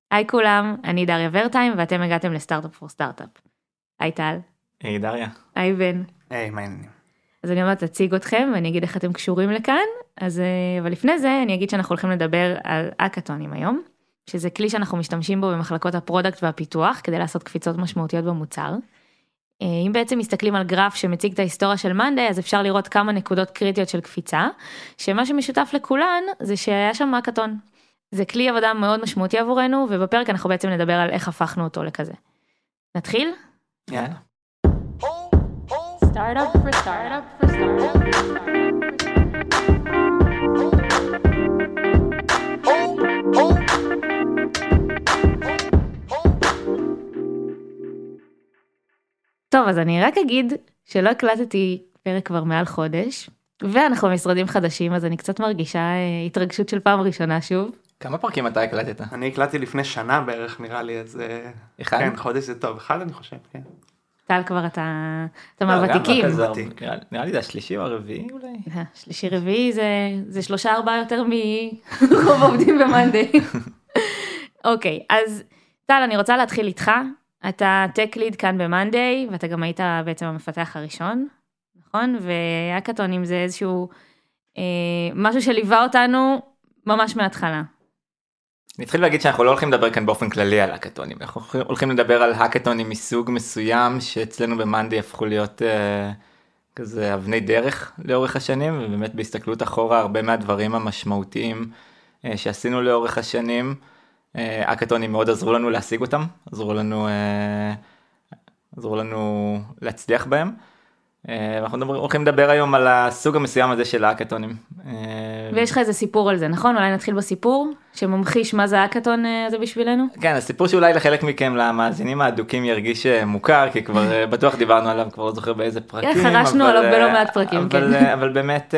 היי כולם, אני דריה ורטיים ואתם הגעתם לסטארט-אפ פור סטארט-אפ. היי טל. היי דריה. היי בן. היי, מה העניינים? אז אני אומרת תציג אתכם ואני אגיד איך אתם קשורים לכאן, אבל לפני זה אני אגיד שאנחנו הולכים לדבר על האקתונים היום, שזה כלי שאנחנו משתמשים בו במחלקות הפרודקט והפיתוח כדי לעשות קפיצות משמעותיות במוצר. אם בעצם מסתכלים על גרף שמציג את ההיסטוריה של מאנדיי, אז אפשר לראות כמה נקודות קריטיות של קפיצה, שמה שמשותף לכולן זה שהיה שם האקתון. זה כלי עבודה מאוד משמעותי עבורנו, ובפרק אנחנו בעצם נדבר על איך הפכנו אותו לכזה. נתחיל? יאללה. Startup for startup for startup. טוב, אז אני רק אגיד שלא הקלטתי פרק כבר מעל חודש, ואנחנו במשרדים חדשים, אז אני קצת מרגישה התרגשות של פעם ראשונה שוב. כמה פרקים אתה הקלטת? אני הקלטתי לפני שנה בערך, נראה לי, אז... אחד? כן, חודש זה טוב. אחד אני חושב, כן. טל כבר אתה מהוותיקים. נראה לי זה השלישי או הרביעי אולי? שלישי רביעי זה 3-4 יותר מרוב עובדים במאנדיי. אוקיי, אז טל, אני רוצה להתחיל איתך. אתה טק ליד כאן במאנדיי, ואתה גם היית בעצם המפתח הראשון, נכון? והאקתונים זה איזשהו משהו שליווה אותנו ממש מההתחלה. אני אתחיל להגיד שאנחנו לא הולכים לדבר כאן באופן כללי על האקתונים, אנחנו הולכים לדבר על האקתונים מסוג מסוים, שאצלנו במאנדיי הפכו להיות כזה אבני דרך לאורך השנים, ובאמת בהסתכלות אחורה הרבה מהדברים המשמעותיים שעשינו לאורך השנים, האקתונים מאוד עזרו לנו להשיג אותם, עזרו לנו להצליח בהם. אנחנו הולכים לדבר היום על הסוג המסוים הזה של האקתונים. ויש לך איזה סיפור על זה, נכון? אולי נתחיל בסיפור שממחיש מה זה האקתון הזה בשבילנו? כן, הסיפור שאולי לחלק מכם למאזינים האדוקים ירגיש מוכר, כי כבר בטוח דיברנו עליו, כבר לא זוכר באיזה פרקים. כן, חרשנו עליו בלא מעט פרקים, כן. אבל באמת,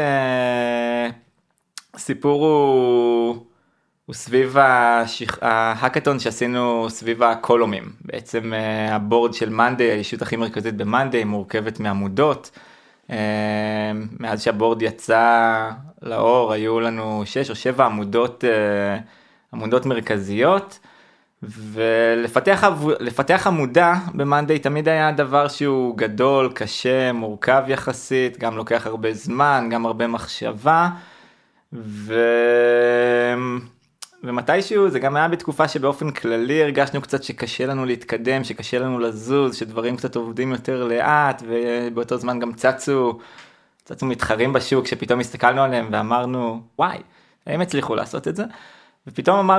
הסיפור הוא סביב ההאקתון שעשינו סביב הקולומים. בעצם הבורד של מאנדיי, הישות הכי מרכזית במאנדיי, מורכבת מעמודות. מאז שהבורד יצא לאור, היו לנו 6 או 7 עמודות מרכזיות, ולפתח עמודה במאנדיי תמיד היה דבר שהוא גדול, קשה, מורכב יחסית, גם לוקח הרבה זמן, גם הרבה מחשבה, ומתישהו זה גם היה בתקופה שבאופן כללי הרגשנו קצת שקשה לנו להתקדם, שקשה לנו לזוז, שדברים קצת עובדים יותר לאט, ובאותו זמן גם צצו מתחרים בשוק, שפתאום הסתכלנו עליהם ואמרנו, וואי, הם הצליחו לעשות את זה, ופתאום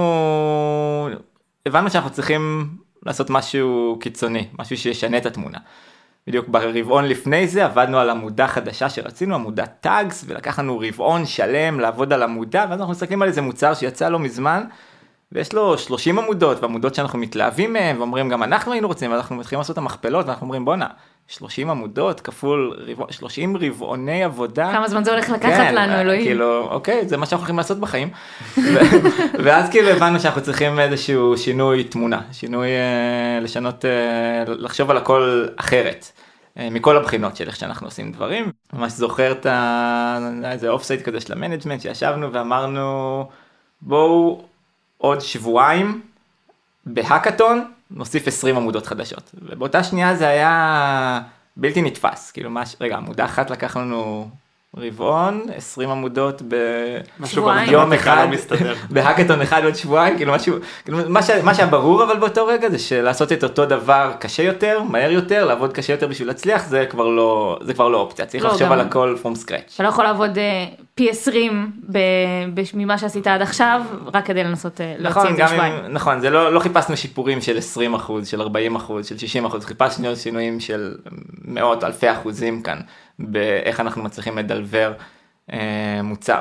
הבנו שאנחנו צריכים לעשות משהו קיצוני, משהו שישנה את התמונה. בדיוק ברבעון לפני זה עבדנו על עמודה חדשה שרצינו, עמודת טאגס, ולקח לנו רבעון שלם לעבוד על עמודה, ואז אנחנו מסתכלים על איזה מוצר שיצא לא מזמן, ויש לו 30 עמודות, ועמודות שאנחנו מתלהבים מהם, ואומרים גם אנחנו היינו רוצים, ואנחנו מתחילים לעשות את המכפלות, ואנחנו אומרים בוא'נה, 30 עמודות כפול 30 רבעוני עבודה. כמה זמן זה הולך לקחת לנו, אלוהים. כאילו, אוקיי, זה מה שאנחנו הולכים לעשות בחיים. ואז כאילו הבנו שאנחנו צריכים איזשהו שינוי תמונה, שינוי לשנות, לחשוב על הכל אחרת, מכל הבחינות של איך שאנחנו עושים דברים. ממש זוכר את איזה אוף-סייט כזה של המנג'מנט, שישבנו ואמרנו, בואו עוד שבועיים בהאקתון, נוסיף 20 עמודות חדשות, ובאותה שנייה זה היה בלתי נתפס, כאילו רגע, עמודה אחת לקח לנו רבעון, 20 עמודות ביום אחד, בהאקתון אחד עוד שבועיים, כאילו מה שהיה ברור אבל באותו רגע זה שלעשות את אותו דבר קשה יותר, מהר יותר, לעבוד קשה יותר בשביל להצליח, זה כבר לא אופציה, צריך לחשוב על הכל from scratch. אתה לא יכול לעבוד פי 20 ממה שעשית עד עכשיו, רק כדי לנסות להוציא את זה שבועיים. נכון, זה לא חיפשנו שיפורים של 20%, של 40%, של 60%, חיפשנו שינויים של מאות אלפי אחוזים כאן, באיך אנחנו מצליחים לדלבר מוצר.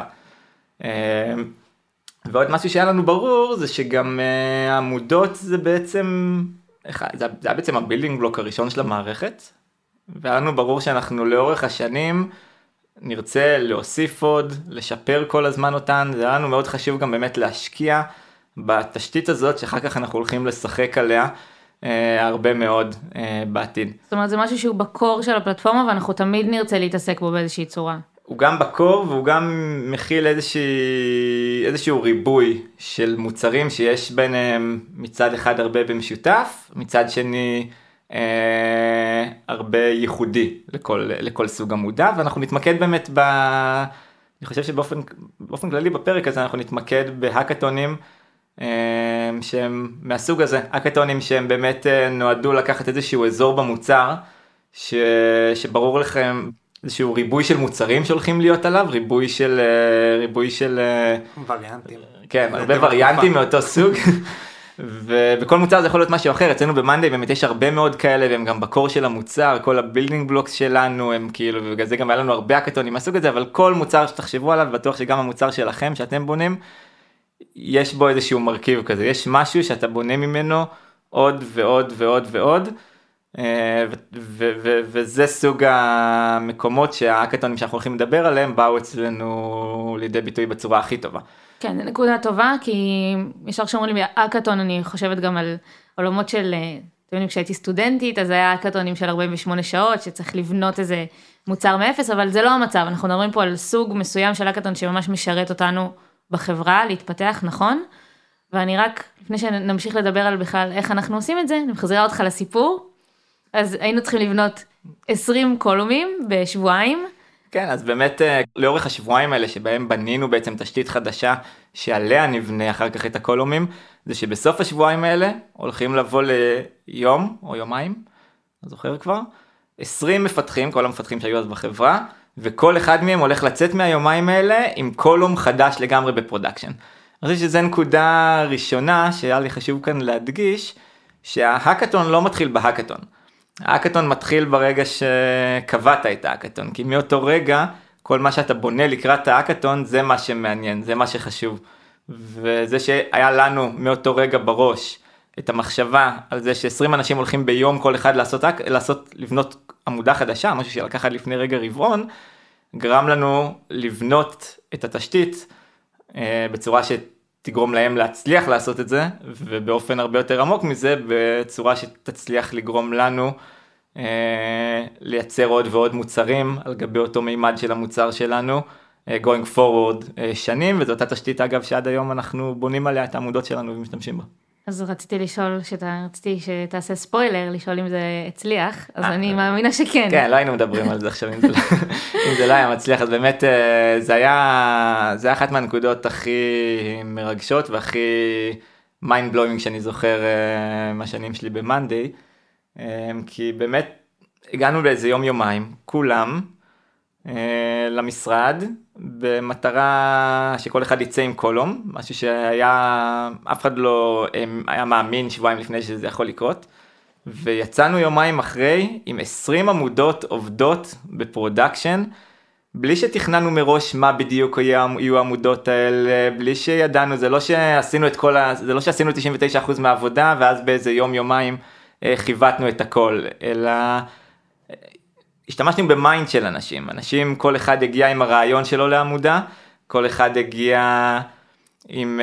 ועוד משהו שהיה לנו ברור, זה שגם העמודות זה היה בעצם הבילדינג בלוק הראשון של המערכת, והיה לנו ברור שאנחנו לאורך השנים נרצה להוסיף עוד, לשפר כל הזמן אותן, זה היה לנו מאוד חשוב גם באמת להשקיע בתשתית הזאת, שאחר כך אנחנו הולכים לשחק עליה, הרבה מאוד בעתיד. זאת אומרת, זה משהו שהוא בקור של הפלטפורמה, ואנחנו תמיד נרצה להתעסק בו באיזושהי צורה. הוא גם בקור, והוא גם מכיל איזשהו ריבוי של מוצרים שיש ביניהם מצד אחד הרבה במשותף, מצד שני הרבה ייחודי לכל סוג עמודה, ואנחנו נתמקד באמת אני חושב שבאופן כללי בפרק הזה אנחנו נתמקד בהאקתונים שהם מהסוג הזה, האקתונים שהם באמת נועדו לקחת איזשהו אזור במוצר, שברור לכם איזשהו ריבוי של מוצרים שהולכים להיות עליו, ריבוי של וריאנטים. כן, הרבה וריאנטים מאותו סוג. ובכל מוצר זה יכול להיות משהו אחר, אצלנו במאנדיי באמת יש הרבה מאוד כאלה, והם גם בקור של המוצר, כל הבילדינג בלוקס שלנו, הם כאילו, ובגלל זה גם היה לנו הרבה האקתונים מהסוג הזה, אבל כל מוצר שתחשבו עליו, בטוח שגם המוצר שלכם, שאתם בונים, יש בו איזשהו מרכיב כזה, יש משהו שאתה בונה ממנו עוד ועוד ועוד ועוד, וזה סוג המקומות שההאקתונים שאנחנו הולכים לדבר עליהם, באו אצלנו לידי ביטוי בצורה הכי טובה. כן, זו נקודה טובה, כי ישר שאומרים לי, האקתון, אני חושבת גם על עולמות של, אתם יודעים, כשהייתי סטודנטית, אז היה האקתונים של 48 שעות, שצריך לבנות איזה מוצר מאפס, אבל זה לא המצב, אנחנו מדברים פה על סוג מסוים של האקתון, שממש משרת אותנו בחברה, להתפתח, נכון? ואני רק, לפני שנמשיך לדבר על בכלל איך אנחנו עושים את זה, אני מחזירה אותך לסיפור, אז היינו צריכים לבנות 20 קולומים בשבועיים, כן, אז באמת לאורך השבועיים האלה שבהם בנינו בעצם תשתית חדשה שעליה נבנה אחר כך את הקולומים, זה שבסוף השבועיים האלה הולכים לבוא ליום או יומיים, אני זוכר כבר, 20 מפתחים, כל המפתחים שהיו אז בחברה, וכל אחד מהם הולך לצאת מהיומיים האלה עם קולום חדש לגמרי בפרודקשן. אני חושב שזו נקודה ראשונה שהיה לי חשוב כאן להדגיש, שההאקתון לא מתחיל בהאקתון. ההאקתון מתחיל ברגע שקבעת את ההאקתון, כי מאותו רגע, כל מה שאתה בונה לקראת ההאקתון, זה מה שמעניין, זה מה שחשוב. וזה שהיה לנו מאותו רגע בראש, את המחשבה על זה ש20 אנשים הולכים ביום כל אחד לבנות עמודה חדשה, משהו שלקח עד לפני רגע רבעון, גרם לנו לבנות את התשתית בצורה שתגרום להם להצליח לעשות את זה, ובאופן הרבה יותר עמוק מזה, בצורה שתצליח לגרום לנו לייצר עוד ועוד מוצרים על גבי אותו מימד של המוצר שלנו, going forward שנים, וזאת התשתית אגב שעד היום אנחנו בונים עליה את העמודות שלנו ומשתמשים בה. אז רציתי שתעשה ספוילר, לשאול אם זה הצליח, אז אני מאמינה שכן. כן, לא היינו מדברים על זה עכשיו, אם זה לא היה מצליח, אז באמת זה היה אחת מהנקודות הכי מרגשות והכי mind blowing שאני זוכר מהשנים שלי במאנדיי, כי באמת הגענו לאיזה יומיים, כולם למשרד, במטרה שכל אחד יצא עם קולום, משהו שהיה, אף אחד לא היה מאמין שבועיים לפני שזה יכול לקרות, ויצאנו יומיים אחרי עם 20 עמודות עובדות בפרודקשן, בלי שתכננו מראש מה בדיוק יהיו העמודות האלה, בלי שידענו, זה לא שעשינו 99% מהעבודה, ואז באיזה יומיים חיוותנו את הכל, אלא השתמשנו במיינד של אנשים, כל אחד הגיע עם הרעיון שלו לעמודה, כל אחד הגיע עם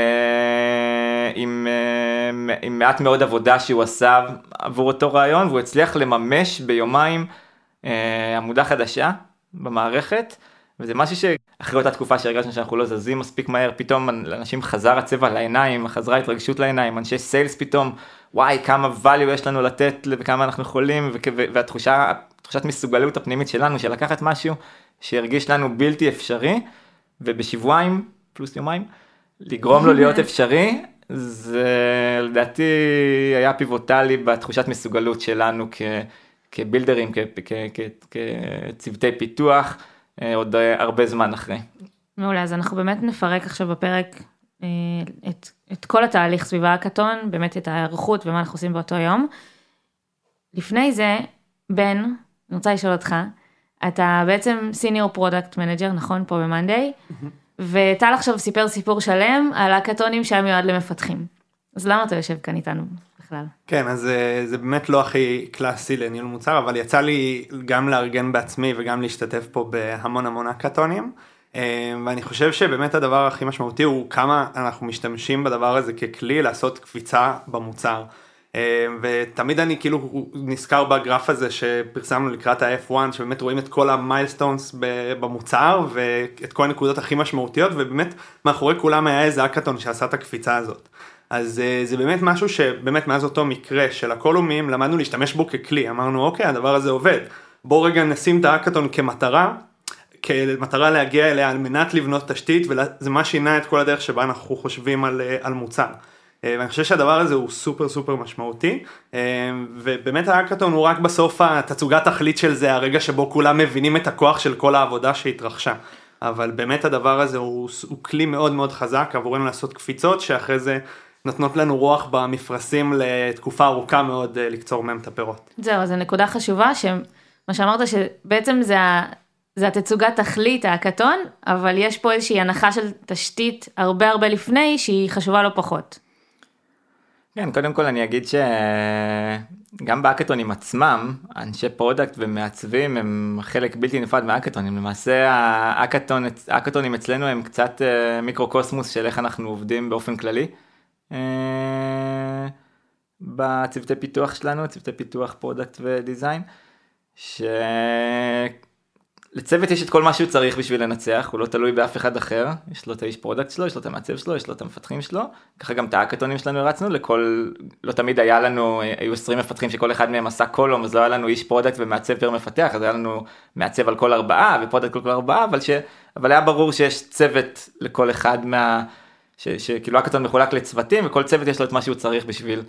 מעט מאוד עבודה שהוא עשה עבור אותו רעיון, והוא הצליח לממש ביומיים עמודה חדשה במערכת, וזה משהו שאחרי אותה תקופה שהרגשנו שאנחנו לא זזים מספיק מהר, פתאום לאנשים חזר הצבע לעיניים, חזרה התרגשות לעיניים, אנשי סיילס פתאום, וואי, כמה value יש לנו לתת וכמה אנחנו יכולים, תחושת מסוגלות הפנימית שלנו, של לקחת משהו שהרגיש לנו בלתי אפשרי, ובשבועיים פלוס יומיים, לגרום לו להיות אפשרי, זה לדעתי היה פיבוטלי בתחושת מסוגלות שלנו כבילדרים, כצוותי פיתוח, עוד הרבה זמן אחרי. מעולה, אז אנחנו באמת נפרק עכשיו בפרק את כל התהליך סביב ההאקתון, באמת את ההיערכות ומה אנחנו עושים באותו יום. לפני זה, בן, אני רוצה לשאול אותך, אתה בעצם Senior Product Manager, נכון, פה במאנדיי, וטל עכשיו סיפר סיפור שלם על האקתונים שהיה מיועד למפתחים. אז למה אתה יושב כאן איתנו בכלל? כן, אז זה באמת לא הכי קלאסי לניהול מוצר, אבל יצא לי גם לארגן בעצמי וגם להשתתף פה בהמון האקתונים, ואני חושב שבאמת הדבר הכי משמעותי הוא כמה אנחנו משתמשים בדבר הזה ככלי לעשות קפיצה במוצר. ותמיד אני כאילו נזכר בגרף הזה שפרסמנו לקראת ה-F1, שבאמת רואים את כל המיילסטונס במוצר, ואת כל הנקודות הכי משמעותיות, ובאמת מאחורי כולם היה איזה האקתון שעשה את הקפיצה הזאת. אז זה באמת משהו שבאמת מאז אותו מקרה של הקולומים, למדנו להשתמש בו ככלי, אמרנו אוקיי, הדבר הזה עובד, בואו רגע נשים את האקתון כמטרה להגיע אליה על מנת לבנות תשתית, וזה מה שינה את כל הדרך שבה אנחנו חושבים על מוצר. ואני חושב שהדבר הזה הוא סופר סופר משמעותי, ובאמת האקתון הוא רק בסוף התצוגת תכלית של זה, הרגע שבו כולם מבינים את הכוח של כל העבודה שהתרחשה. אבל באמת הדבר הזה הוא כלי מאוד מאוד חזק עבורנו לעשות קפיצות, שאחרי זה נותנות לנו רוח במפרשים לתקופה ארוכה מאוד לקצור מהם את הפירות. זהו, אז הנקודה חשובה, מה שאמרת שבעצם זה התצוגת תכלית, האקתון, אבל יש פה איזושהי הנחה של תשתית הרבה הרבה לפני, שהיא חשובה לא פחות. כן, קודם כל אני אגיד שגם באקתונים עצמם, אנשי פרודקט ומעצבים הם חלק בלתי נפרד מהאקתונים. למעשה האקתונים אצלנו הם קצת מיקרוקוסמוס של איך אנחנו עובדים באופן כללי. בצוותי פיתוח שלנו, צוותי פיתוח פרודקט ודיזיין, לצוות יש את כל מה שהוא צריך בשביל לנצח, הוא לא תלוי באף אחד אחר, יש לו את האיש פרודקט שלו, יש לו את המעצב שלו, יש לו את המפתחים שלו, ככה גם את האקתונים שלנו הרצנו, לא תמיד היו 20 מפתחים שכל אחד מהם עשה קולום, אז לא היה לנו איש פרודקט ומעצב פר מפתח, אז היה לנו מעצב על כל 4 ופרודקט על כל 4, אבל היה ברור שיש צוות לכל אחד שכאילו האקתון מחולק לצוותים, וכל צוות יש לו את מה שהוא צריך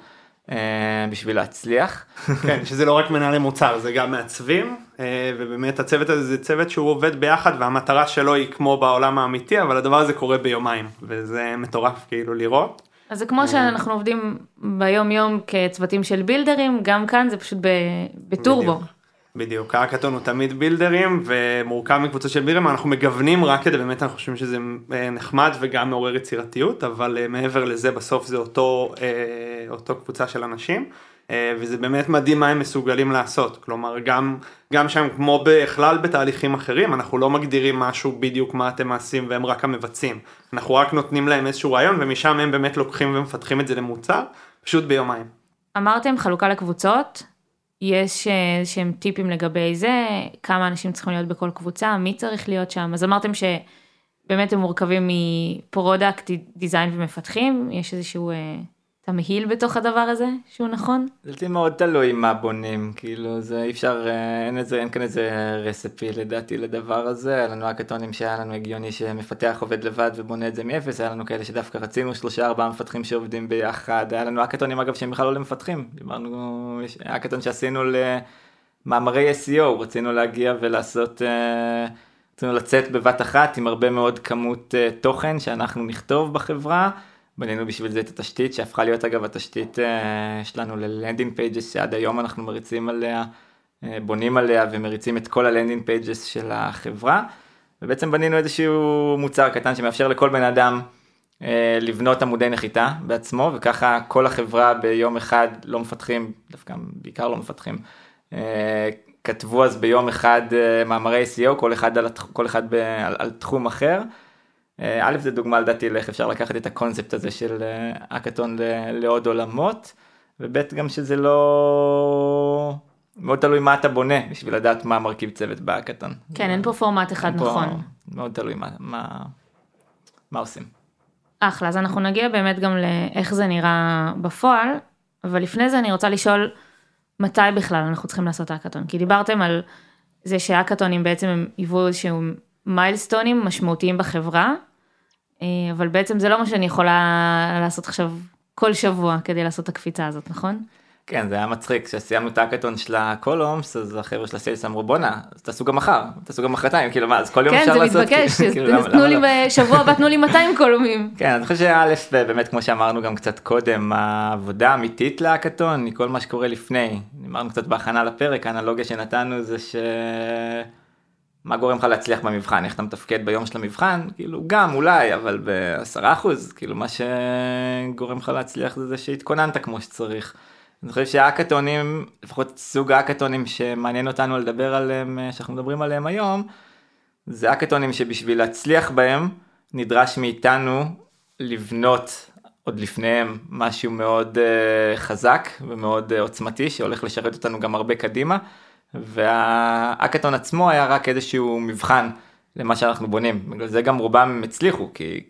בשביל להצליח. כן, שזה לא רק מנהלי מוצר, זה גם מעצבים, ובאמת הצוות הזה זה צוות שהוא עובד ביחד, והמטרה שלו היא כמו בעולם האמיתי, אבל הדבר הזה קורה ביומיים, וזה מטורף כאילו לראות. אז זה כמו שאנחנו עובדים ביום יום כצוותים של בילדרים, גם כאן זה פשוט בטורבו. בדיוק, האקתון הוא תמיד בילדרים, ומורכב מקבוצות של בילדרים, אנחנו מגוונים רק כדי, באמת אנחנו חושבים שזה נחמד וגם מעורר יצירתיות, אבל מעבר לזה בסוף זה אותו קבוצה של אנשים, וזה באמת מדהים מה הם מסוגלים לעשות, כלומר גם שם כמו בכלל בתהליכים אחרים, אנחנו לא מגדירים משהו בדיוק מה אתם מעשים והם רק המבצעים, אנחנו רק נותנים להם איזשהו רעיון, ומשם הם באמת לוקחים ומפתחים את זה למוצר, פשוט ביומיים. אמרתם חלוקה לקבוצות, יש שהם טיפים לגבי זה, כמה אנשים צריכים להיות בכל קבוצה, מי צריך להיות שם, אז אמרתם שבאמת הם מורכבים מפרודקט, דיזיין ומפתחים, יש איזשהו תמהיל בתוך הדבר הזה, שהוא נכון? זה מאוד תלוי מה בונים, כאילו זה אי אפשר, אין כאן איזה רספי לדעתי לדבר הזה, היה לנו האקתונים שהיה לנו הגיוני שמפתח עובד לבד ובונה את זה מאפס, היה לנו כאלה שדווקא רצינו 3-4 מפתחים שעובדים ביחד, היה לנו האקתונים אגב שהם בכלל לא למפתחים, דיברנו, האקתון שעשינו למאמרי SEO, רצינו להגיע ולעשות, רצינו לצאת בבת אחת עם הרבה מאוד כמות תוכן שאנחנו נכתוב בחברה, בנינו בשביל זה את התשתית, שהפכה להיות אגב התשתית שלנו ללנדינג פייג'ס, שעד היום אנחנו מריצים עליה, בונים עליה ומריצים את כל הלנדינג פייג'ס של החברה, ובעצם בנינו איזשהו מוצר קטן שמאפשר לכל בן אדם לבנות עמודי נחיתה בעצמו, וככה כל החברה ביום אחד לא מפתחים, דווקא בעיקר לא מפתחים, כתבו אז ביום אחד מאמרי SEO, כל אחד על תחום אחר, א' זה דוגמה לדעתי לאיך אפשר לקחת את הקונספט הזה של האקתון לעוד עולמות, וב' גם שזה לא מאוד תלוי מה אתה בונה בשביל לדעת מה מרכיב צוות באקתון. כן, אין פה פורמט אחד נכון. מאוד תלוי מה עושים. אחלה, אז אנחנו נגיע באמת גם לאיך זה נראה בפועל, אבל לפני זה אני רוצה לשאול מתי בכלל אנחנו צריכים לעשות האקתון, כי דיברתם על זה שהאקתונים בעצם הם היוו איזשהו מיילסטונים משמעותיים בחברה, אבל בעצם זה לא מה שאני יכולה לעשות עכשיו כל שבוע כדי לעשות את הקפיצה הזאת, נכון? כן, זה היה מצחיק, כשסיימנו את האקתון של הקולומס, אז החבר'ה של הסיילס אמרו, בונה, אז תעשו גם מחר, תעשו גם מחרתיים, כאילו מה, אז כל יום אפשר לעשות. כן, זה מתבקש, תנו לי בשבוע הבא, תנו לי 200 קולומים. כן, אני חושב שא' באמת כמו שאמרנו גם קצת קודם, העבודה האמיתית להאקתון, מכל מה שקורה לפני, אמרנו קצת בהכנה לפרק, האנלוגיה שנתנו זה מה גורם לך להצליח במבחן, איך אתה מתפקד ביום של המבחן, כאילו גם אולי, אבל ב10%, כאילו מה שגורם לך להצליח זה שהתכוננת כמו שצריך. אני חושב שהאקתונים, לפחות סוג האקתונים שמעניין אותנו לדבר עליהם, שאנחנו מדברים עליהם היום, זה האקתונים שבשביל להצליח בהם, נדרש מאיתנו לבנות עוד לפניהם משהו מאוד חזק ומאוד עוצמתי, שהולך לשרת אותנו גם הרבה קדימה, וההאקתון עצמו היה רק איזשהו מבחן למה שאנחנו בונים, בגלל זה גם רובם הצליחו,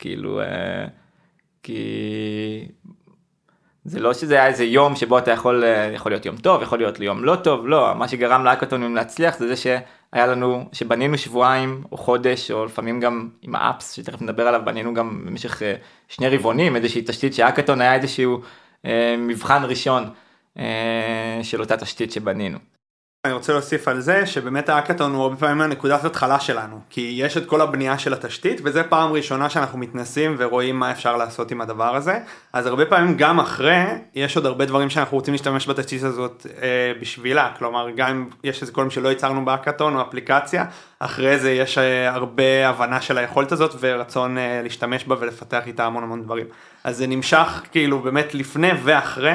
כי זה לא שזה היה איזה יום שבו אתה יכול להיות יום טוב, יכול להיות יום לא טוב, לא, מה שגרם להאקתונים להצליח זה שהיה לנו, שבנינו שבועיים או חודש, או לפעמים גם עם האפס, שתכף נדבר עליו, בנינו גם במשך 2 רבעונים, איזושהי תשתית שהאקתון היה איזשהו מבחן ראשון של אותה תשתית שבנינו. אני רוצה להוסיף על זה שבאמת ההאקתון הוא הרבה פעמים הנקודת התחלה שלנו, כי יש את כל הבנייה של התשתית, וזה פעם ראשונה שאנחנו מתנסים ורואים מה אפשר לעשות עם הדבר הזה, אז הרבה פעמים גם אחרי, יש עוד הרבה דברים שאנחנו רוצים להשתמש בתשתית הזאת בשבילה, כלומר גם אם יש איזה קודם שלא ייצרנו בהאקתון או אפליקציה, אחרי זה יש הרבה הבנה של היכולת הזאת ורצון להשתמש בה ולפתח איתה המון דברים, אז זה נמשך כאילו באמת לפני ואחרי,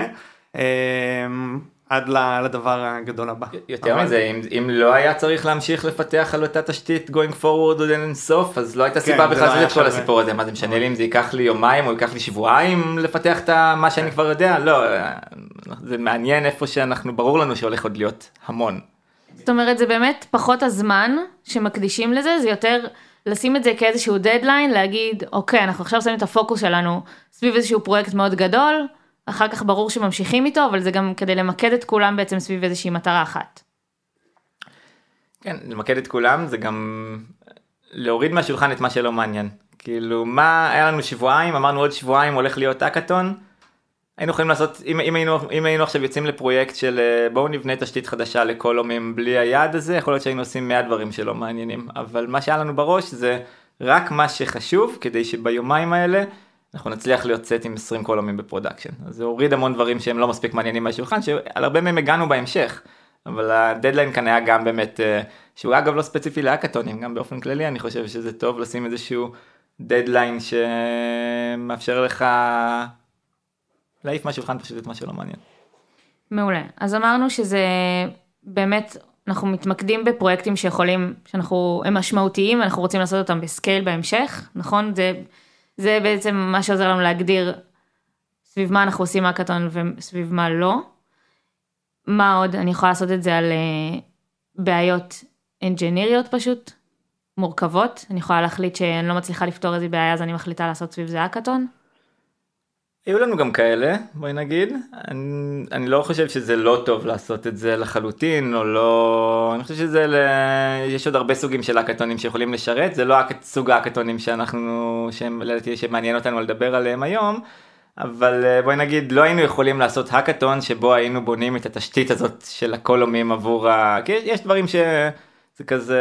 עד לדבר הגדול הבא. יותר מזה, אם לא היה צריך להמשיך לפתח על אותה תשתית going forward עוד אין סוף, אז לא הייתה סיבה בכלל לעשות את כל הסיפור הזה. מה זה משנה לי אם זה ייקח לי יומיים או ייקח לי שבועיים לפתח את מה שאני כבר יודע? לא, זה מעניין איפה שאנחנו, ברור לנו שהולך עוד להיות המון. זאת אומרת, זה באמת פחות הזמן שמקדישים לזה, זה יותר לשים את זה כאיזשהו דדליין, להגיד, אוקיי, אנחנו עכשיו שמים את הפוקוס שלנו סביב איזשהו פרויקט מאוד גדול, אחר כך ברור שממשיכים איתו, אבל זה גם כדי למקד את כולם בעצם סביב איזושהי מטרה אחת. כן, למקד את כולם זה גם להוריד מהשולחן את מה שלא מעניין. כאילו, מה היה לנו שבועיים, אמרנו עוד שבועיים הולך להיות האקתון, היינו יכולים לעשות, אם היינו עכשיו יוצאים לפרויקט של בואו נבנה תשתית חדשה לקולומים בלי היעד הזה, יכול להיות שהיינו עושים 100 דברים שלא מעניינים, אבל מה שהיה לנו בראש זה רק מה שחשוב, כדי שביומיים האלה אנחנו נצליח להיות סט עם 20 קולומים בפרודקשן. אז זה הוריד המון דברים שהם לא מספיק מעניינים מהשולחן, שעל הרבה מהם הגענו בהמשך, אבל הדדליין כאן היה גם באמת, שהוא אגב לא ספציפי להאקתונים, גם באופן כללי אני חושב שזה טוב לשים איזשהו דדליין שמאפשר לך להעיף מהשולחן פשוט את מה שלא מעניין. מעולה. אז אמרנו שזה באמת, אנחנו מתמקדים בפרויקטים שיכולים, הם משמעותיים, אנחנו רוצים לעשות אותם בסקייל בהמשך, נכון? זה בעצם מה שעוזר לנו להגדיר סביב מה אנחנו עושים האקתון וסביב מה לא. מה עוד? אני יכולה לעשות את זה על בעיות אנג'יניריות פשוט, מורכבות. אני יכולה להחליט שאני לא מצליחה לפתור איזו בעיה, אז אני מחליטה לעשות סביב זה האקתון. היו לנו גם כאלה, בואי נגיד. אני לא חושב שזה לא טוב לעשות את זה לחלוטין, או לא... אני חושב יש עוד הרבה סוגים של האקתונים שיכולים לשרת, זה לא סוג האקתונים שמעניין אותנו לדבר עליהם היום, אבל בואי נגיד, לא היינו יכולים לעשות האקתון שבו היינו בונים את התשתית הזאת של הקולומים עבור כי יש דברים שזה כזה,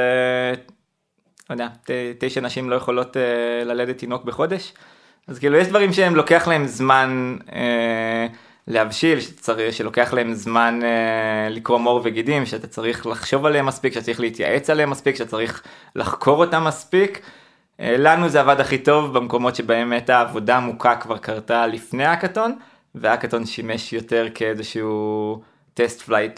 לא יודע, 9 נשים לא יכולות ללדת תינוק בחודש, אז כאילו יש דברים שהם לוקח להם זמן להבשיל, שלוקח להם זמן לקרוא מור וגידים, שאתה צריך לחשוב עליהם מספיק, שאתה צריך להתייעץ עליהם מספיק, שאתה צריך לחקור אותם מספיק. לנו זה עבד הכי טוב במקומות שבהם את העבודה עמוקה כבר קרתה לפני האקתון, והאקתון שימש יותר כאיזשהו טסט פלייט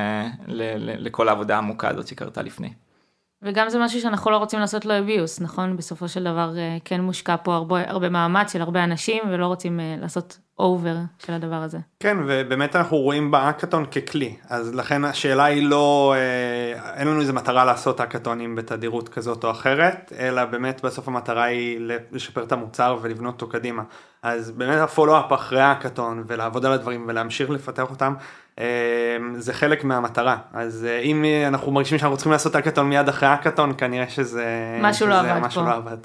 לכל העבודה העמוקה הזאת שקרתה לפני. וגם זה משהו שאנחנו לא רוצים לעשות לו אביוס, נכון? בסופו של דבר כן מושקע פה הרבה מאמץ של הרבה אנשים, ולא רוצים לעשות אובר של הדבר הזה. כן, ובאמת אנחנו רואים בהאקתון ככלי, אז לכן השאלה היא לא, אין לנו איזו מטרה לעשות האקתונים בתדירות כזאת או אחרת, אלא באמת בסוף המטרה היא לשפר את המוצר ולבנות אותו קדימה. אז באמת הפולו-אפ אחרי האקתון ולעבוד על הדברים ולהמשיך לפתח אותם, זה חלק מהמטרה. אז אם אנחנו מרגישים שאנחנו צריכים לעשות האקתון מיד אחרי האקתון, כנראה שזה משהו לא עבד משהו פה. לא עבד.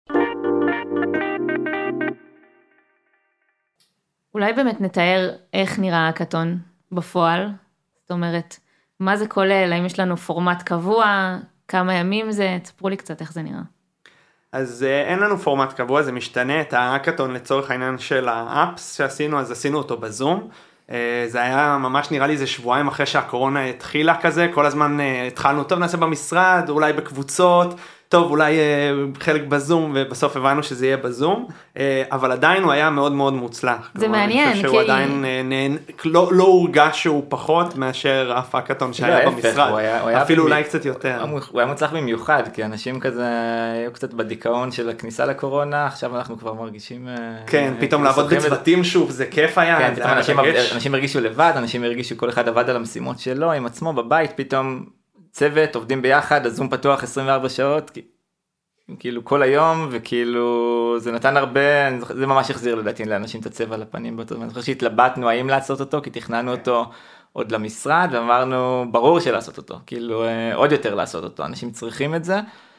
אולי באמת נתאר איך נראה האקתון בפועל, זאת אומרת, מה זה כולל, האם יש לנו פורמט קבוע, כמה ימים זה, תספרו לי קצת איך זה נראה. אז אין לנו פורמט קבוע, זה משתנה, את האקתון לצורך העניין של האפס שעשינו, אז עשינו אותו בזום, זה היה ממש נראה לי איזה שבועיים אחרי שהקורונה התחילה כזה, כל הזמן התחלנו, טוב נעשה במשרד, אולי בקבוצות, טוב, אולי חלק בזום, ובסוף הבנו שזה יהיה בזום, אבל עדיין הוא היה מאוד מאוד מוצלח. זה מעניין, אני חושב שהוא עדיין לא הורגש שהוא פחות מאשר אף האקתון שהיה במשרד, אפילו אולי קצת יותר. הוא היה מוצלח במיוחד, כי אנשים כזה היו קצת בדיכאון של הכניסה לקורונה, עכשיו אנחנו כבר מרגישים... כן, פתאום לעבוד בצוותים שוב, זה כיף היה. כן, אנשים הרגישו לבד, אנשים הרגישו כל אחד עבד על המשימות שלו, עם עצמו בבית, פתאום צוות, עובדים ביחד, הזום פתוח 24 שעות, כאילו כל היום, וכאילו זה נתן הרבה, זה ממש החזיר לדעתי לאנשים את הצבע לפנים באותו זמן. אני חושב שהתלבטנו האם לעשות אותו, כי תכננו אותו עוד למשרד, ואמרנו ברור שלעשות אותו, כאילו עוד יותר לעשות אותו, אנשים צריכים את זה,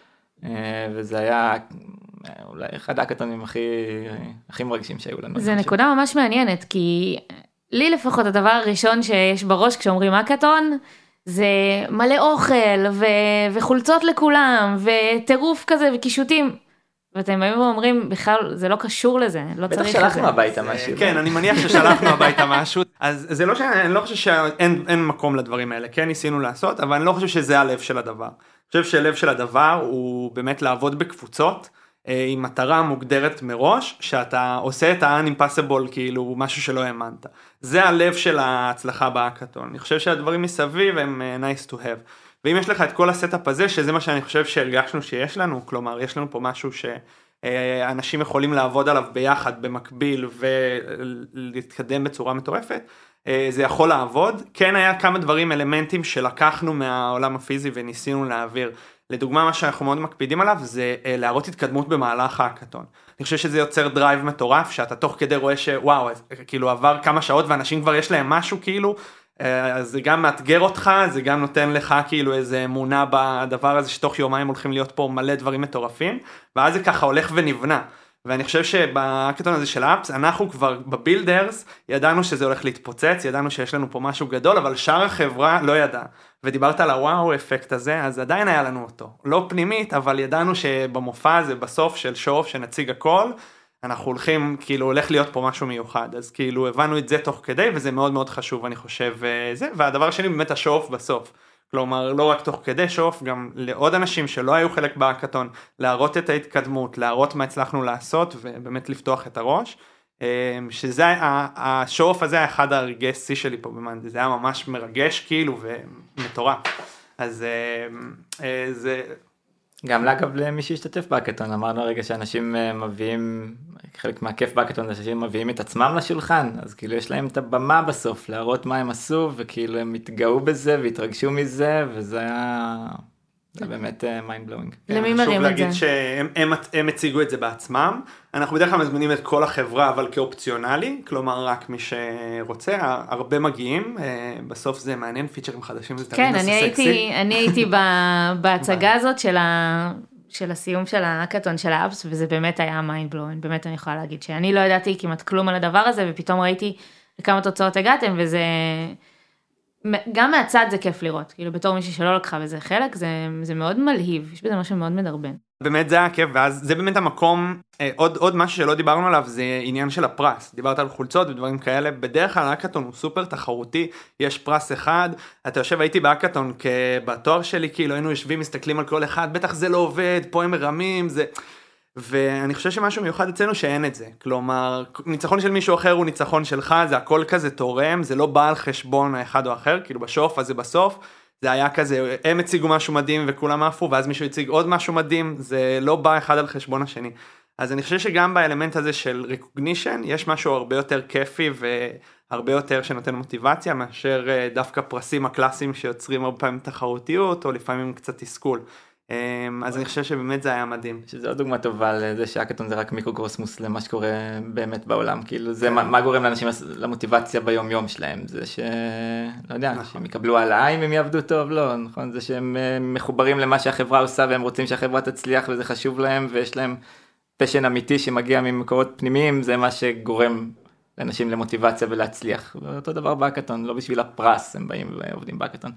וזה היה אולי אחד האקתונים הכי מרגשים שהיו לנו. זה נקודה ממש מעניינת, כי לי לפחות הדבר הראשון שיש בראש כשאומרים האקתון, זה מלא אוכל וחולצות לכולם וטירוף כזה וקישוטים. ואתם באים ואומרים בכלל זה לא קשור לזה, לא צריך לזה. בטח שלחנו הביתה משהו. כן, אני מניח ששלחנו הביתה משהו. אז זה לא שאני לא חושב שאין מקום לדברים האלה, כן ניסינו לעשות, אבל אני לא חושב שזה הלב של הדבר. אני חושב שהלב של הדבר הוא באמת לעבוד בקבוצות, עם מטרה מוגדרת מראש, שאתה עושה את ה-unimpossible, כאילו משהו שלא האמנת. זה הלב של ההצלחה בהאקתון. אני חושב שהדברים מסביב הם nice to have. ואם יש לך את כל הסטאפ הזה, שזה מה שאני חושב שהרגשנו שיש לנו, כלומר, יש לנו פה משהו שאנשים יכולים לעבוד עליו ביחד, במקביל, ולהתקדם בצורה מטורפת, זה יכול לעבוד. כן היה כמה דברים, אלמנטים שלקחנו מהעולם הפיזי וניסינו להעביר. לדוגמה, מה שאנחנו מאוד מקפידים עליו זה להראות התקדמות במהלך ההאקתון. אני חושב שזה יוצר דרייב מטורף, שאתה תוך כדי רואה שוואו, כאילו עבר כמה שעות ואנשים כבר יש להם משהו כאילו, אז זה גם מאתגר אותך, זה גם נותן לך כאילו איזה אמונה בדבר הזה, שתוך יומיים הולכים להיות פה מלא דברים מטורפים, ואז זה ככה הולך ונבנה. ואני חושב שבהאקתון הזה של האפס, אנחנו כבר בבילדרס, ידענו שזה הולך להתפוצץ, ידענו שיש לנו פה משהו גדול, אבל שאר החברה לא ידע. ודיברת על הוואו אפקט הזה, אז עדיין היה לנו אותו. לא פנימית, אבל ידענו שבמופע הזה, בסוף של שואו, שנציג הכל, אנחנו הולכים, כאילו הולך להיות פה משהו מיוחד. אז כאילו הבנו את זה תוך כדי, וזה מאוד מאוד חשוב, אני חושב, זה. והדבר השני, באמת השואו בסוף. כלומר, לא רק תוך כדי שואף, גם לעוד אנשים שלא היו חלק בהאקתון, להראות את ההתקדמות, להראות מה הצלחנו לעשות, ובאמת לפתוח את הראש. שזה, השואף הזה היה אחד הרגעי שיא שלי פה במאנדי, זה היה ממש מרגש כאילו ומטורף. אז זה... גם לאגב למי שהשתתף בהאקתון, אמרנו הרגע שאנשים מביאים, חלק מהכיף בהאקתון זה שאנשים מביאים את עצמם לשולחן, אז כאילו יש להם את הבמה בסוף, להראות מה הם עשו, וכאילו הם התגאו בזה והתרגשו מזה, וזה היה... זה באמת mind blowing. למי מרים את זה? חשוב להגיד שהם הציגו את זה בעצמם. אנחנו בדרך כלל מזמינים את כל החברה, אבל כאופציונלי, כלומר רק מי שרוצה, הרבה מגיעים, בסוף זה מעניין, פיצ'רים חדשים, זה תמיד נושא סקסי. כן, אני הייתי בהצגה הזאת של הסיום של ההאקתון של האפס, וזה באמת היה mind blowing, באמת אני יכולה להגיד שאני לא ידעתי כמעט כלום על הדבר הזה, ופתאום ראיתי לכמה תוצאות הגעתם, וזה... גם מהצד זה כיף לראות, כאילו בתור מישהי שלא לקחה בזה חלק, זה מאוד מלהיב, יש בזה משהו מאוד מדרבן. באמת זה היה כיף, ואז זה באמת המקום, עוד משהו שלא דיברנו עליו, זה עניין של הפרס, דיברת על חולצות ודברים כאלה, בדרך כלל האקתון הוא סופר תחרותי, יש פרס אחד, אתה יושב, הייתי באקתון בתואר שלי, כאילו היינו יושבים, מסתכלים על כל אחד, בטח זה לא עובד, פה הם מרמים, זה... ואני חושב שמשהו מיוחד אצלנו שאין את זה, כלומר, ניצחון של מישהו אחר הוא ניצחון שלך, זה הכל כזה תורם, זה לא בא על חשבון האחד או אחר, כאילו בשוף, אז זה בסוף, זה היה כזה, הם הציגו משהו מדהים וכולם עפו, ואז מישהו הציג עוד משהו מדהים, זה לא בא אחד על חשבון השני. אז אני חושב שגם באלמנט הזה של recognition, יש משהו הרבה יותר כיפי והרבה יותר שנותן מוטיבציה, מאשר דווקא פרסים הקלאסיים שיוצרים הרבה פעמים תחרותיות, או לפעמים קצת תסכול. אז אני חושב שבאמת זה היה מדהים. שזה עוד דוגמה טובה לזה שהאקתון זה רק מיקרוקוסמוס למה שקורה באמת בעולם, כאילו זה מה גורם לאנשים למוטיבציה ביום יום שלהם, זה לא יודע, שהם יקבלו העלאה אם הם יעבדו טוב, לא, נכון, זה שהם מחוברים למה שהחברה עושה והם רוצים שהחברה תצליח וזה חשוב להם ויש להם פשן אמיתי שמגיע ממקורות פנימיים, זה מה שגורם לאנשים למוטיבציה ולהצליח, ואותו דבר בהאקתון, לא בשביל הפרס הם באים ועובדים בהאקתון.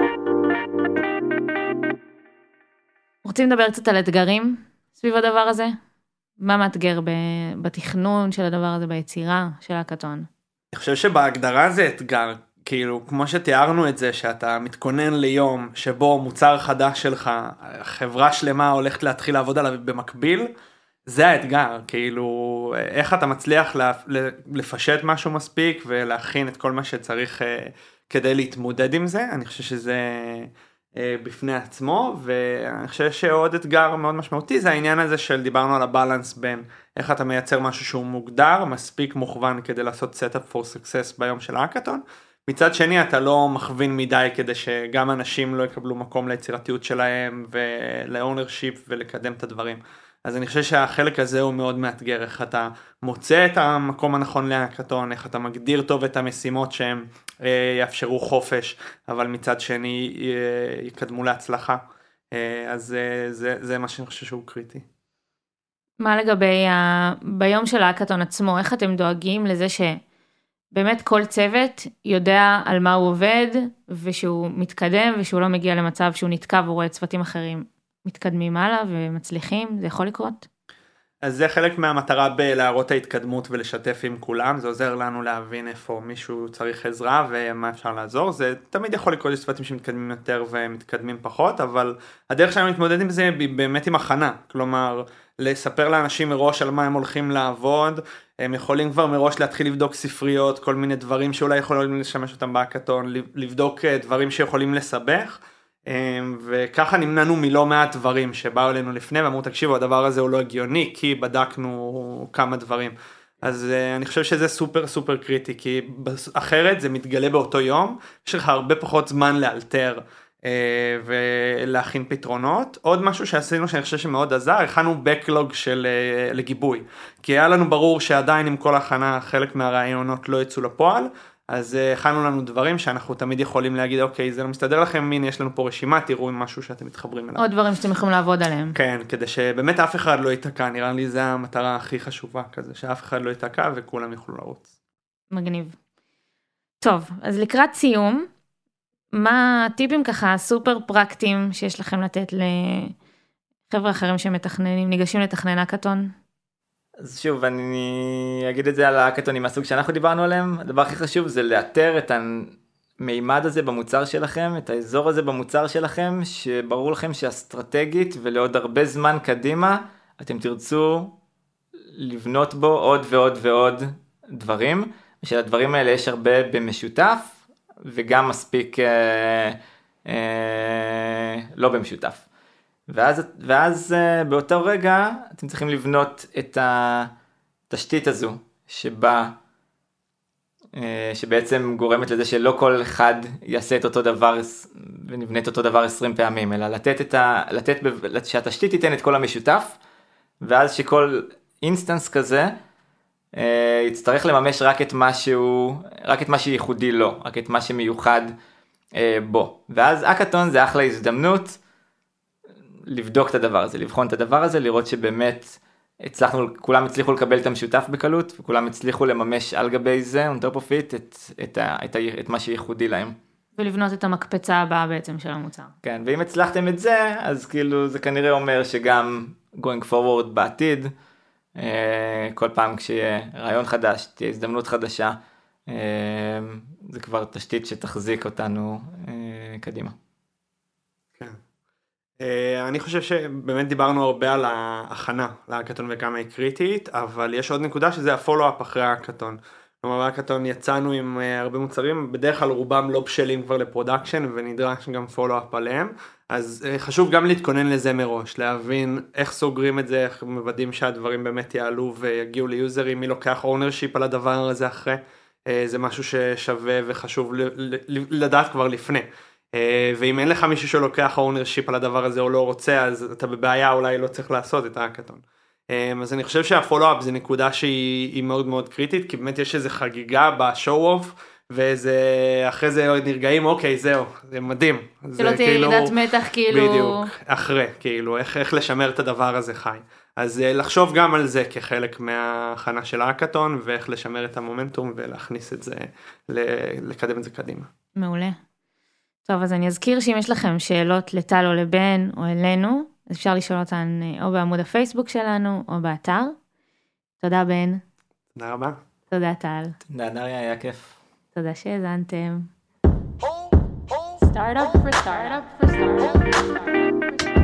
רוצים לדבר קצת על אתגרים סביב הדבר הזה? מה מאתגר בתכנון של הדבר הזה, ביצירה של ההאקתון? אני חושב שבהגדרה זה אתגר, כאילו, כמו שתיארנו את זה, שאתה מתכונן ליום שבו מוצר חדש שלך, חברה שלמה הולכת להתחיל לעבוד עליו במקביל, זה האתגר, כאילו, איך אתה מצליח לפשט משהו מספיק, ולהכין את כל מה שצריך כדי להתמודד עם זה, אני חושב שזה בפני עצמו, ואני חושב שעוד אתגר מאוד משמעותי, זה העניין הזה של דיברנו על הבלנס בין איך אתה מייצר משהו שהוא מוגדר, מספיק מוכוון כדי לעשות setup for success ביום של האקתון, מצד שני אתה לא מכווין מדי כדי שגם אנשים לא יקבלו מקום ליצירתיות שלהם ול-ownership ולקדם את הדברים. אז אני חושב שהחלק הזה הוא מאוד מאתגר, איך אתה מוצא את המקום הנכון להאקתון, איך אתה מגדיר טוב את המשימות שהם יאפשרו חופש, אבל מצד שני יקדמו להצלחה. אז זה מה שאני חושב שהוא קריטי. מה לגבי ביום של האקתון עצמו, איך אתם דואגים לזה שבאמת כל צוות יודע על מה הוא עובד, ושהוא מתקדם, ושהוא לא מגיע למצב שהוא נתקע ורואה צוותים אחרים מתקדמים הלאה ומצליחים, זה יכול לקרות? אז זה חלק מהמטרה בלהראות ההתקדמות ולשתף עם כולם, זה עוזר לנו להבין איפה מישהו צריך עזרה ומה אפשר לעזור, זה תמיד יכול לקרות, יש צוותים שמתקדמים יותר ומתקדמים פחות, אבל הדרך שלנו להתמודד עם זה היא באמת עם הכנה, כלומר לספר לאנשים מראש על מה הם הולכים לעבוד, הם יכולים כבר מראש להתחיל לבדוק ספריות, כל מיני דברים שאולי יכולים לשמש אותם בהאקתון, לבדוק דברים שיכולים לסבך, וככה נמנענו מלא מעט דברים שבאו אלינו לפני ואמרו תקשיבו הדבר הזה הוא לא הגיוני כי בדקנו כמה דברים, אז אני חושב שזה סופר סופר קריטי כי אחרת זה מתגלה באותו יום, יש לך הרבה פחות זמן לאלתר ולהכין פתרונות. עוד משהו שעשינו שאני חושב שמאוד עזר, הכנו בקלוג של לגיבוי, כי היה לנו ברור שעדיין עם כל הכנה חלק מהרעיונות לא יצאו לפועל, אז הכנו לנו דברים שאנחנו תמיד יכולים להגיד, אוקיי, זה לא מסתדר לכם, הנה יש לנו פה רשימה, תראו עם משהו שאתם מתחברים אליו. עוד דברים שאתם יכולים לעבוד עליהם. כן, כדי שבאמת אף אחד לא ייתקע, נראה לי זה המטרה הכי חשובה כזה, שאף אחד לא ייתקע וכולם יוכלו לרוץ. מגניב. טוב, אז לקראת סיום, מה הטיפים ככה סופר פרקטיים שיש לכם לתת לחבר'ה אחרים שמתכננים, ניגשים לתכנן האקתון? אז שוב, אני אגיד את זה על האקתונים מהסוג שאנחנו דיברנו עליהם. הדבר הכי חשוב זה לאתר את המימד הזה במוצר שלכם, את האזור הזה במוצר שלכם, שברור לכם שאסטרטגית ולעוד הרבה זמן קדימה, אתם תרצו לבנות בו עוד ועוד ועוד דברים, ושלדברים האלה יש הרבה במשותף, וגם מספיק לא במשותף. ואז באותו רגע אתם צריכים לבנות את התשתית הזו שבעצם גורמת לזה שלא כל אחד יעשה את אותו דבר ונבנה את אותו דבר 20 פעמים, אלא שהתשתית תיתן את כל המשותף, ואז שכל אינסטנס כזה יצטרך לממש רק את מה שייחודי לו, רק את מה שמיוחד בו. ואז האקתון זה אחלה הזדמנות לבדוק את הדבר הזה, לבחון את הדבר הזה, לראות שבאמת כולם הצליחו לקבל את המשותף בקלות, וכולם הצליחו לממש על גבי זה, on top of it, את מה שייחודי להם. ולבנות את המקפצה הבאה בעצם של המוצר. כן, ואם הצלחתם את זה, אז כאילו זה כנראה אומר שגם going forward בעתיד, כל פעם כשיהיה רעיון חדש, תהיה הזדמנות חדשה, זה כבר תשתית שתחזיק אותנו קדימה. כן. אני חושב שבאמת דיברנו הרבה על ההכנה להאקתון וכמה היא קריטית, אבל יש עוד נקודה שזה הפולו-אפ אחרי ההאקתון. כלומר, בהאקתון יצאנו עם הרבה מוצרים, בדרך כלל רובם לא בשלים כבר לפרודקשן, ונדרש גם פולו-אפ עליהם, אז חשוב גם להתכונן לזה מראש, להבין איך סוגרים את זה, איך מוודאים שהדברים באמת יעלו ויגיעו ליוזרים, מי לוקח אונרשיפ על הדבר הזה אחרי, זה משהו ששווה וחשוב לדעת כבר לפני. ואם אין לך מישהו שלוקח אונרשיפ על הדבר הזה או לא רוצה, אז אתה בבעיה, אולי לא צריך לעשות את ההאקתון. אז אני חושב שהפולו-אפ זה נקודה שהיא מאוד מאוד קריטית, כי באמת יש איזו חגיגה בשואו-אוף, וזה אחרי זה נרגעים, אוקיי, זהו, זה מדהים. שלא תהיה ירידת מתח, כאילו. בדיוק, אחרי, כאילו, איך לשמר את הדבר הזה חי. אז לחשוב גם על זה כחלק מההכנה של ההאקתון, ואיך לשמר את המומנטום ולהכניס את זה, לקדם את זה קדימה. מעולה. טוב, אז אני אזכיר שאם יש לכם שאלות לטל או לבן או אלינו, אז אפשר לשאול אותן או בעמוד הפייסבוק שלנו או באתר. תודה בן. תודה רבה. תודה טל. תודה דריה, היה כיף. תודה שהאזנתם. Startup for startup for startup.